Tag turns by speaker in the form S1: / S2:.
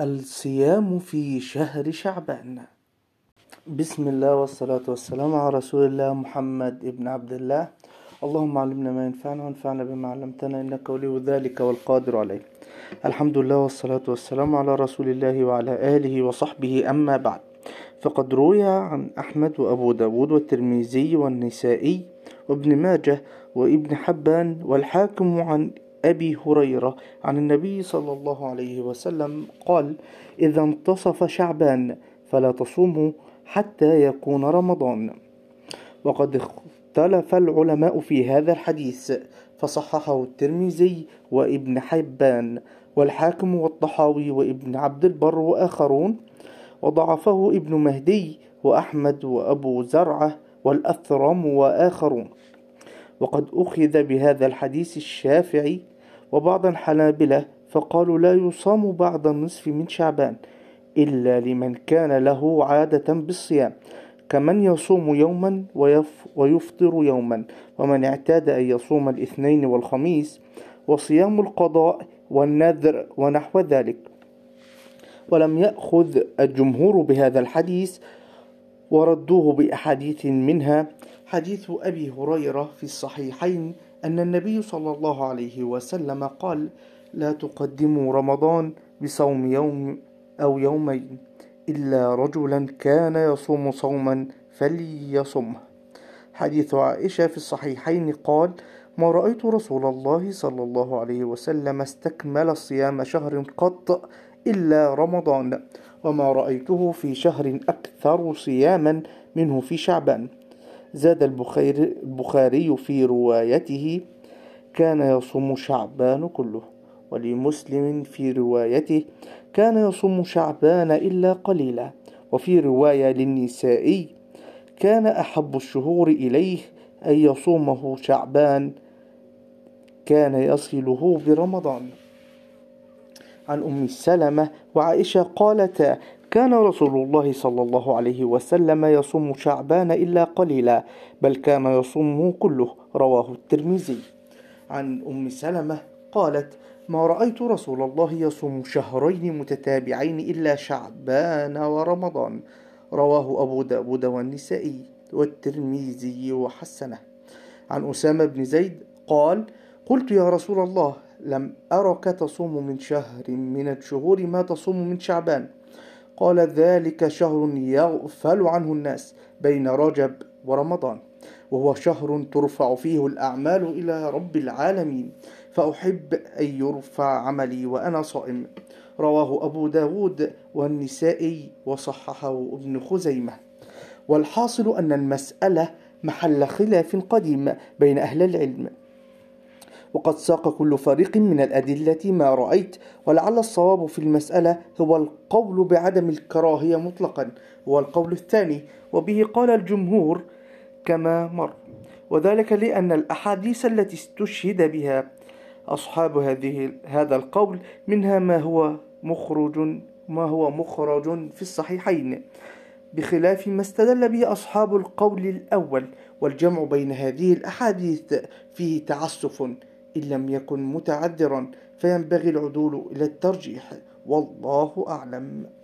S1: الصيام في شهر شعبان. بسم الله والصلاة والسلام على رسول الله محمد ابن عبد الله. اللهم علمنا ما ينفعنا وانفعنا بما علمتنا إنك ولي ذلك والقادر عليه. الحمد لله والصلاة والسلام على رسول الله وعلى آله وصحبه، أما بعد. فقد روي عن أحمد وأبو داود والترمذي والنسائي وابن ماجه وابن حبان والحاكم عن أبي هريرة عن النبي صلى الله عليه وسلم قال: إذا انتصف شعبان فلا تصوموا حتى يكون رمضان. وقد اختلف العلماء في هذا الحديث، فصححه الترمذي وابن حبان والحاكم والطحاوي وابن عبد البر وآخرون، وضعفه ابن مهدي وأحمد وأبو زرعة والأثرم وآخرون. وقد أخذ بهذا الحديث الشافعي وبعض الحنابلة، فقالوا لا يصام بعد النصف من شعبان إلا لمن كان له عادة بالصيام، كمن يصوم يوما ويفطر يوما، ومن اعتاد أن يصوم الاثنين والخميس، وصيام القضاء والنذر ونحو ذلك. ولم يأخذ الجمهور بهذا الحديث وردوه بأحاديث، منها حديث أبي هريرة في الصحيحين أن النبي صلى الله عليه وسلم قال: لا تقدموا رمضان بصوم يوم أو يومين إلا رجلا كان يصوم صوما فليصمه. حديث عائشة في الصحيحين قال: ما رأيت رسول الله صلى الله عليه وسلم استكمل صيام شهر قط إلا رمضان، وما رأيته في شهر أكثر صياما منه في شعبان. زاد البخاري في روايته: كان يصوم شعبان كله. ولمسلم في روايته: كان يصوم شعبان إلا قليلا. وفي رواية للنسائي: كان أحب الشهور إليه أن يصومه شعبان، كان يصله برمضان. عن أم سلمة وعائشة قالتا: كان رسول الله صلى الله عليه وسلم يصوم شعبان إلا قليلا، بل كان يصومه كله. رواه الترمذي. عن أم سلمة قالت: ما رأيت رسول الله يصوم شهرين متتابعين إلا شعبان ورمضان. رواه أبو داود والنسائي والترمذي وحسنه. عن أسامة بن زيد قال: قلت يا رسول الله، لم أرك تصوم من شهر من الشهور ما تصوم من شعبان. قال: ذلك شهر يغفل عنه الناس بين رجب ورمضان، وهو شهر ترفع فيه الأعمال إلى رب العالمين، فأحب أن يرفع عملي وأنا صائم. رواه أبو داود والنسائي وصححه ابن خزيمة. والحاصل أن المسألة محل خلاف قديم بين أهل العلم، وقد ساق كل فريق من الأدلة ما رأيت، ولعل الصواب في المسألة هو القول بعدم الكراهية مطلقا، هو القول الثاني، وبه قال الجمهور كما مر، وذلك لأن الأحاديث التي استشهد بها أصحاب هذا القول منها ما هو مخرج في الصحيحين، بخلاف ما استدل به أصحاب القول الأول. والجمع بين هذه الأحاديث فيه تعسف إن لم يكن متعذرا، فينبغي العدول إلى الترجيح، والله أعلم.